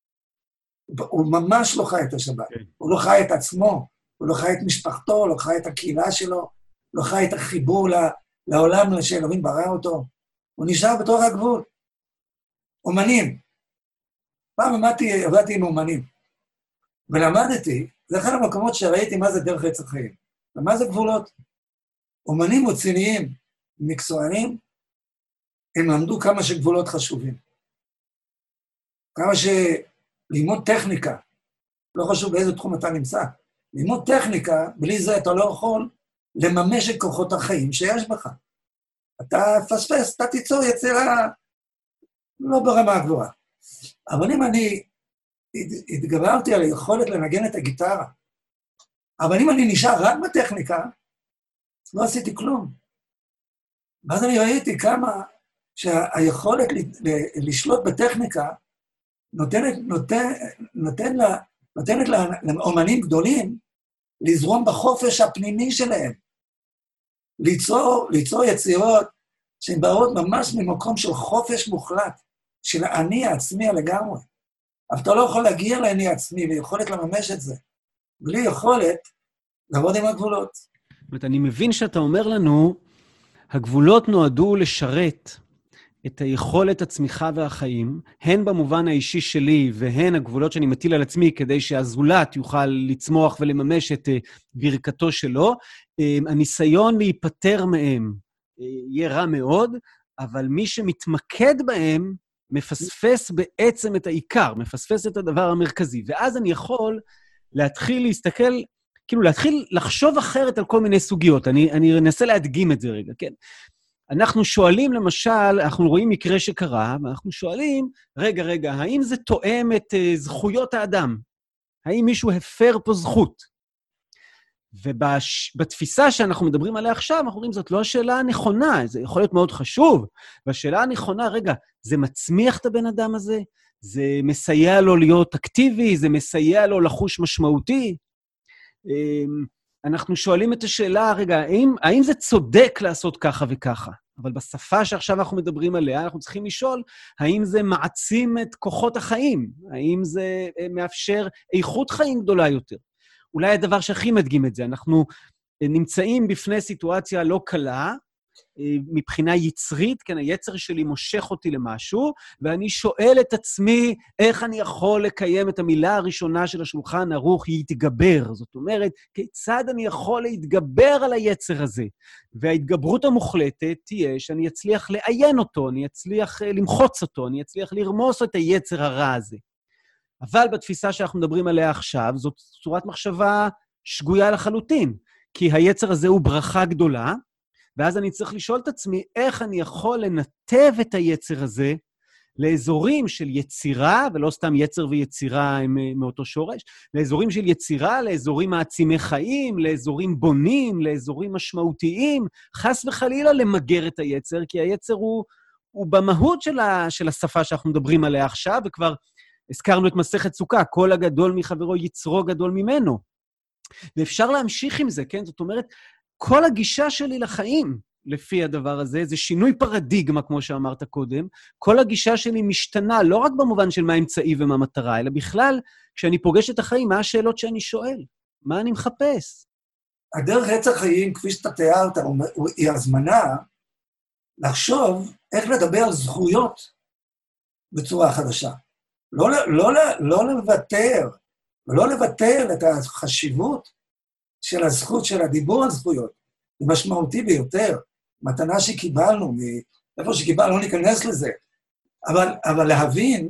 הוא ממש לא חי את השבת. Okay. הוא לא חי את עצמו, הוא לא חי את משפחתו, הוא לא חי את הקהילה שלו, הוא לא חי את החיבור לעולם שאלוהים ברא אותו. הוא נשאר בתוך הגבול. אומנים. פעם עמדתי, עבדתי עם אומנים, ולמדתי, זה אחד המקומות שראיתי מה זה דרך עץ החיים, ומה זה גבולות. אומנים רציניים, מקצוענים, הם למדו כמה שגבולות חשובים. כמה שללמוד טכניקה, לא חשוב באיזה תחום אתה נמצא, ללמוד טכניקה, בלי זה אתה לא יכול לממש את כוחות החיים שיש בך. אתה פספס, אתה תיצור יצירה לא ברמה הגבוהה. אבל אם אני התגברתי על היכולת לנגן את הגיטרה, אבל אם אני נשאר רק בטכניקה, לא עשיתי כלום. ואז אני ראיתי כמה שהיכולת לשלוט בטכניקה נותנת, נותן, נותן לה, נותנת לאמנים גדולים לזרום בחופש הפנימי שלהם, ליצור, ליצור יצירות שהן באות ממש ממקום של חופש מוחלט, של אני העצמי לגמרי. אבל אתה לא יכול להגיע לעני עצמי ויכולת לממש את זה, בלי יכולת לעבוד עם הגבולות. זאת אומרת, אני מבין שאתה אומר לנו, הגבולות נועדו לשרת את היכולת הצמיחה והחיים, הן במובן האישי שלי והן הגבולות שאני מטיל על עצמי, כדי שהזולת יוכל לצמוח ולממש את ברכתו שלו, הניסיון להיפטר מהם יהיה רע מאוד, אבל מי שמתמקד בהם מפספס בעצם את העיקר, מפספס את הדבר המרכזי, ואז אני יכול להתחיל להסתכל, כאילו להתחיל לחשוב אחרת על כל מיני סוגיות. אני, אני אנסה להדגים את זה רגע, כן? אנחנו שואלים, למשל, אנחנו רואים מקרה שקרה, ואנחנו שואלים, רגע, רגע, האם זה תואם את uh, זכויות האדם? האם מישהו הפר פה זכות? ובתפיסה שאנחנו מדברים עליה עכשיו, אנחנו אומרים, זאת לא השאלה הנכונה, זה יכול להיות מאוד חשוב, והשאלה הנכונה, רגע, זה מצמיח את הבן אדם הזה? זה מסייע לו להיות אקטיבי? זה מסייע לו לחוש משמעותי? אנחנו שואלים את השאלה, רגע, האם, האם זה צודק לעשות ככה וככה? אבל בשפה שעכשיו אנחנו מדברים עליה, אנחנו צריכים לשאול, האם זה מעצים את כוחות החיים? האם זה מאפשר איכות חיים גדולה יותר? אולי הדבר שהכי מדגים את זה, אנחנו נמצאים בפני סיטואציה לא קלה, מבחינה יצרית, כן, היצר שלי מושך אותי למשהו, ואני שואל את עצמי, איך אני יכול לקיים את המילה הראשונה של השולחן ערוך, היא יתגבר. זאת אומרת, כיצד אני יכול להתגבר על היצר הזה? וההתגברות המוחלטת תהיה שאני אצליח לעיין אותו, אני אצליח למחוץ אותו, אני אצליח לרמוס את היצר הרע הזה. אבל בתפיסה שאנחנו מדברים עליה עכשיו, זאת צורת מחשבה שגויה לחלוטין, כי היצר הזה הוא ברכה גדולה, ואז אני צריך לשאול את עצמי, איך אני יכול לנתב את היצר הזה לאזורים של יצירה, ולא סתם יצר ויצירה הם מאותו שורש, לאזורים של יצירה, לאזורים מעצימי חיים, לאזורים בונים, לאזורים משמעותיים, חס וחלילה למגר את היצר, כי היצר הוא, הוא במהות של, ה, של השפה שאנחנו מדברים עליה עכשיו, וכבר הזכרנו את מסכת סוכה, כל הגדול מחברו יצרו גדול ממנו. ואפשר להמשיך עם זה, כן? זאת אומרת, כל הגישה שלי לחיים, לפי הדבר הזה, זה שינוי פרדיגמה, כמו שאמרת קודם. כל הגישה שלי משתנה, לא רק במובן של מה האמצעי ומה המטרה, אלא בכלל, כשאני פוגש את החיים, מה השאלות שאני שואל? מה אני מחפש? הדרך עץ החיים, כפי שאתה תיארת, היא הזמנה לחשוב איך לדבר על זכויות בצורה חדשה. לא, לא, לא לוותר, ולא לוותר את החשיבות של הזכות, של הדיבור על זכויות. זה משמעותי ביותר. מתנה שקיבלנו, מאיפה שקיבלנו, לא ניכנס לזה. אבל, אבל להבין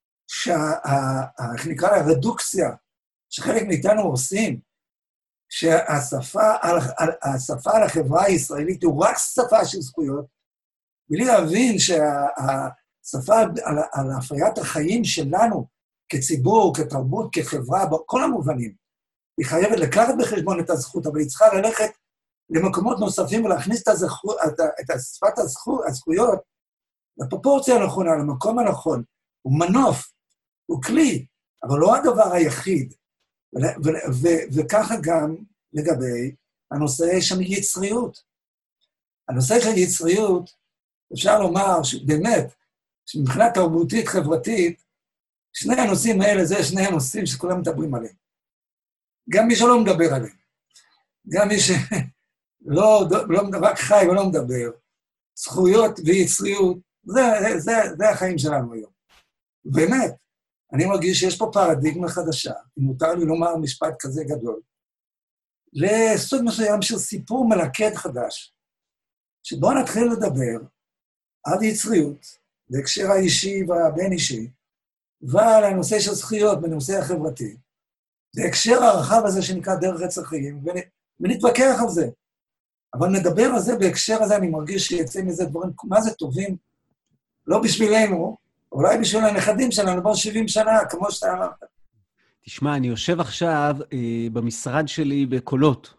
איך נקרא לה, רדוקציה, שחלק מאיתנו עושים, שהשפה על, השפה על החברה הישראלית הוא רק שפה של זכויות, בלי להבין שהשפה על, על הפריית החיים שלנו, כציבור, כתרבות, כחברה, בכל המובנים, היא חייבת לקחת בחשבון את הזכות, אבל היא צריכה ללכת למקומות נוספים ולהכניס את, הזכו, את, את שפת הזכו, הזכויות לפרופורציה הנכונה, למקום הנכון. הוא מנוף, הוא כלי, אבל לא הדבר היחיד. ו, ו, ו, וככה גם לגבי הנושא של יצריות. הנושא של יצריות, אפשר לומר שבאמת, שמבחינה תרבותית, חברתית, שני הנושאים האלה, זה שני הנושאים שכולם מדברים עליהם. גם מי שלא מדבר עליהם. גם מי שלא לא, רק חי ולא מדבר. זכויות ויצריות, זה, זה, זה החיים שלנו היום. באמת, אני מרגיש שיש פה פרדיגמה חדשה, אם מותר לי לומר משפט כזה גדול, לסוג מסוים של סיפור מלכד חדש, שבו נתחיל לדבר על יצריות, בהקשר האישי והבין אישי, ועל הנושא של זכויות בנושא החברתי, בהקשר הרחב הזה שנקרא דרך עץ החיים, ונתווכח על זה. אבל נדבר על זה בהקשר הזה, אני מרגיש שיצא מזה דברים, מה זה טובים, לא בשבילנו, אולי בשביל הנכדים שלנו, כבר שבעים שנה, כמו שאתה אמרת. תשמע, אני יושב עכשיו אה, במשרד שלי בקולות,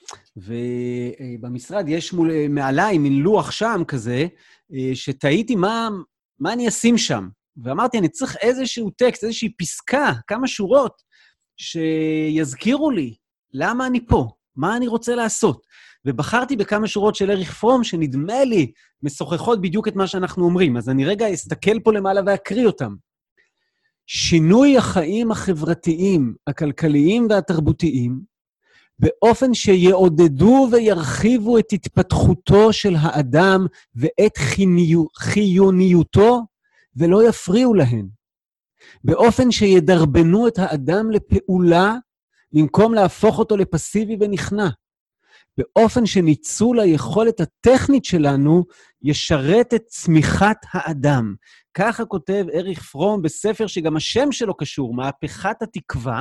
ובמשרד יש מול, מעליי מין לוח שם כזה, אה, שתהיתי מה, מה אני אשים שם. ואמרתי, אני צריך איזשהו טקסט, איזושהי פסקה, כמה שורות, שיזכירו לי למה אני פה, מה אני רוצה לעשות. ובחרתי בכמה שורות של אריך פרום, שנדמה לי משוחחות בדיוק את מה שאנחנו אומרים. אז אני רגע אסתכל פה למעלה ואקריא אותם. שינוי החיים החברתיים, הכלכליים והתרבותיים, באופן שיעודדו וירחיבו את התפתחותו של האדם ואת חיוניו, חיוניותו ולא יפריעו להן. באופן שידרבנו את האדם לפעולה במקום להפוך אותו לפסיבי ונכנע. באופן שניצול היכולת הטכנית שלנו ישרת את צמיחת האדם. ככה כותב אריך פרום בספר שגם השם שלו קשור, מהפכת התקווה,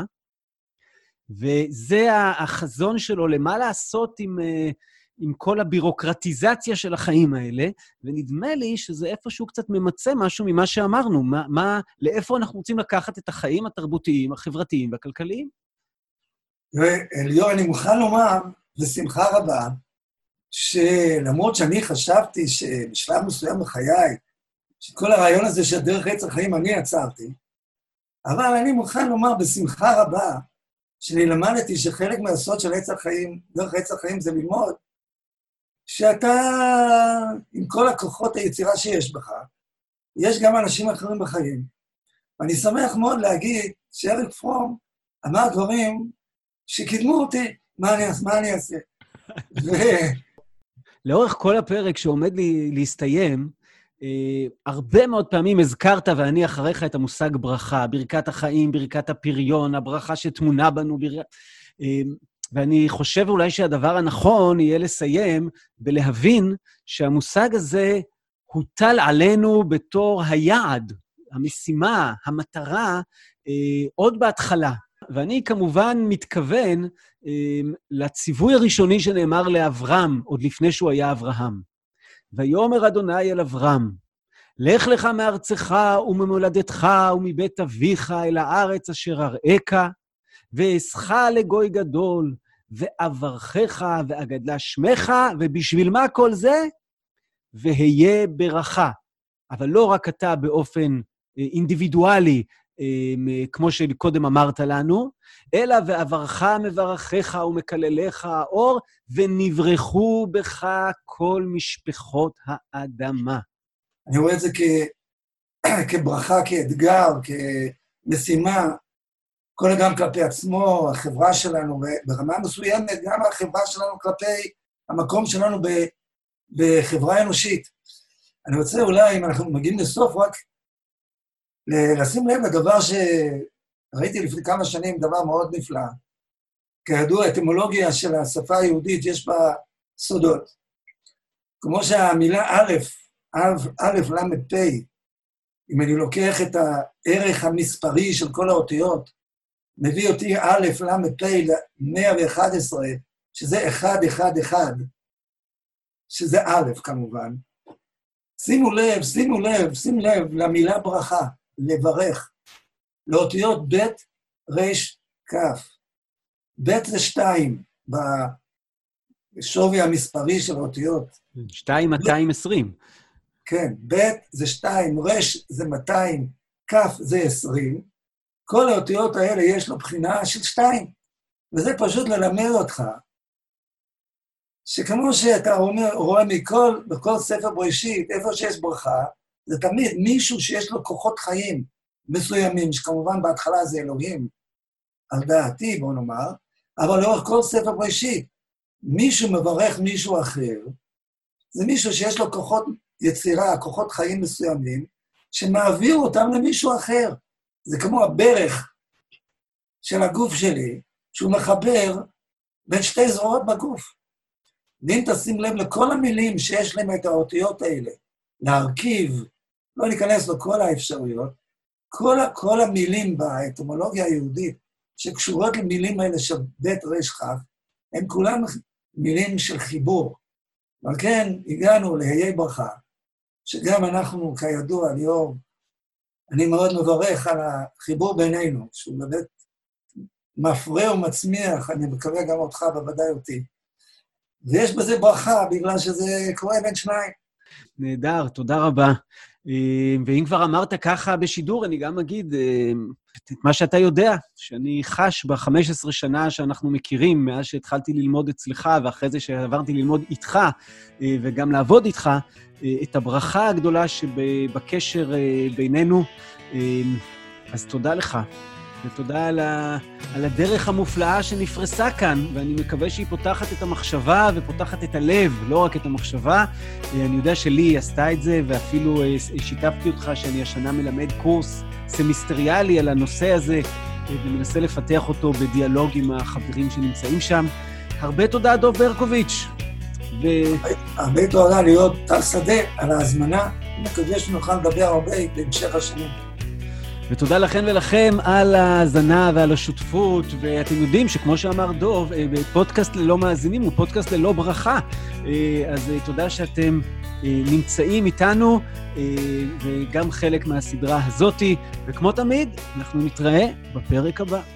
וזה החזון שלו, למה לעשות עם, עם כל הבירוקרטיזציה של החיים האלה, ונדמה לי שזה איפשהו קצת ממצא משהו ממה שאמרנו, מה, מה, לאיפה אנחנו רוצים לקחת את החיים התרבותיים, החברתיים והכלכליים. ליאור, אני מוכן לומר, בשמחה רבה, שלמרות שאני חשבתי שבשלב מסוים בחיי, שכל הרעיון הזה של דרך עץ החיים אני עצרתי, אבל אני מוכן לומר בשמחה רבה, שאני למדתי שחלק מהסוד של עץ החיים, דרך עץ החיים זה ללמוד, שאתה, עם כל הכוחות היצירה שיש בך, יש גם אנשים אחרים בחיים. ואני שמח מאוד להגיד שאריק פרום אמר דברים שקידמו אותי, מה אני, מה אני אעשה? ו... לאורך כל הפרק שעומד לי להסתיים, אה, הרבה מאוד פעמים הזכרת ואני אחריך את המושג ברכה, ברכת החיים, ברכת הפריון, הברכה שתמונה בנו, בר... אה, ואני חושב אולי שהדבר הנכון יהיה לסיים בלהבין שהמושג הזה הוטל עלינו בתור היעד, המשימה, המטרה, אה, עוד בהתחלה. ואני כמובן מתכוון אה, לציווי הראשוני שנאמר לאברהם, עוד לפני שהוא היה אברהם. ויאמר אדוני אל אברהם, לך לך מארצך וממולדתך ומבית אביך אל הארץ אשר אראך, ואעשך לגוי גדול, ואברכך ואגדלה שמך, ובשביל מה כל זה? והיה ברכה. אבל לא רק אתה באופן אה, אינדיבידואלי, כמו שקודם אמרת לנו, אלא ואברך מברכך ומקללך האור, ונברחו בך כל משפחות האדמה. אני רואה את זה כ... כברכה, כאתגר, כמשימה, כל אדם כלפי עצמו, החברה שלנו, ברמה מסוימת, גם החברה שלנו כלפי המקום שלנו ב... בחברה אנושית. אני רוצה אולי, אם אנחנו מגיעים לסוף, רק לשים לב לדבר שראיתי לפני כמה שנים, דבר מאוד נפלא. כידוע, האטימולוגיה של השפה היהודית יש בה סודות. כמו שהמילה א', א', א', למד פ', אם אני לוקח את הערך המספרי של כל האותיות, מביא אותי א', למד פ' ל-מאה ואחת עשרה, שזה אחד, אחד, אחד, שזה א', כמובן. שימו לב, שימו לב, שים לב למילה ברכה. לברך, לאותיות ב' ר' כ'. ב' זה שתיים, בשווי המספרי של האותיות. שתיים, מאתיים ועשרים. כן, ב' זה שתיים, ר' זה מאתיים, כ' זה עשרים. כל האותיות האלה יש לו בחינה של שתיים. וזה פשוט ללמד אותך, שכמו שאתה אומר, רואה מכל, בכל ספר בראשית, איפה שיש ברכה, זה תמיד מישהו שיש לו כוחות חיים מסוימים, שכמובן בהתחלה זה אלוהים, על דעתי, בוא נאמר, אבל לאורך כל ספר בראשית, מישהו מברך מישהו אחר, זה מישהו שיש לו כוחות יצירה, כוחות חיים מסוימים, שמעביר אותם למישהו אחר. זה כמו הברך של הגוף שלי, שהוא מחבר בין שתי זרועות בגוף. ואם תשים לב לכל המילים שיש להם את האותיות האלה, להרכיב, לא ניכנס לכל האפשרויות, כל, כל המילים באטימולוגיה היהודית, שקשורות למילים האלה של בית ר' כ', הם כולם מילים של חיבור. אבל כן, הגענו להיי ברכה, שגם אנחנו, כידוע, ליאור, אני מאוד מברך על החיבור בינינו, שהוא באמת מפרה ומצמיח, אני מקווה גם אותך, בוודאי אותי. ויש בזה ברכה, בגלל שזה קורה בין שניים. נהדר, תודה רבה. ואם כבר אמרת ככה בשידור, אני גם אגיד את מה שאתה יודע, שאני חש ב-חמש עשרה שנה שאנחנו מכירים, מאז שהתחלתי ללמוד אצלך, ואחרי זה שעברתי ללמוד איתך, וגם לעבוד איתך, את הברכה הגדולה שבקשר בינינו. אז תודה לך. ותודה על, ה, על הדרך המופלאה שנפרסה כאן, ואני מקווה שהיא פותחת את המחשבה ופותחת את הלב, לא רק את המחשבה. אני יודע שלי היא עשתה את זה, ואפילו שיתפתי אותך שאני השנה מלמד קורס סמיסטריאלי על הנושא הזה, ומנסה לפתח אותו בדיאלוג עם החברים שנמצאים שם. הרבה תודה, דוב ברקוביץ'. ו... הרבה תודה להיות טל שדה על ההזמנה. אני מקווה שנוכל לדבר הרבה בהמשך השנים. ותודה לכן ולכם על ההאזנה ועל השותפות, ואתם יודעים שכמו שאמר דוב, פודקאסט ללא מאזינים הוא פודקאסט ללא ברכה, אז תודה שאתם נמצאים איתנו, וגם חלק מהסדרה הזאתי, וכמו תמיד, אנחנו נתראה בפרק הבא.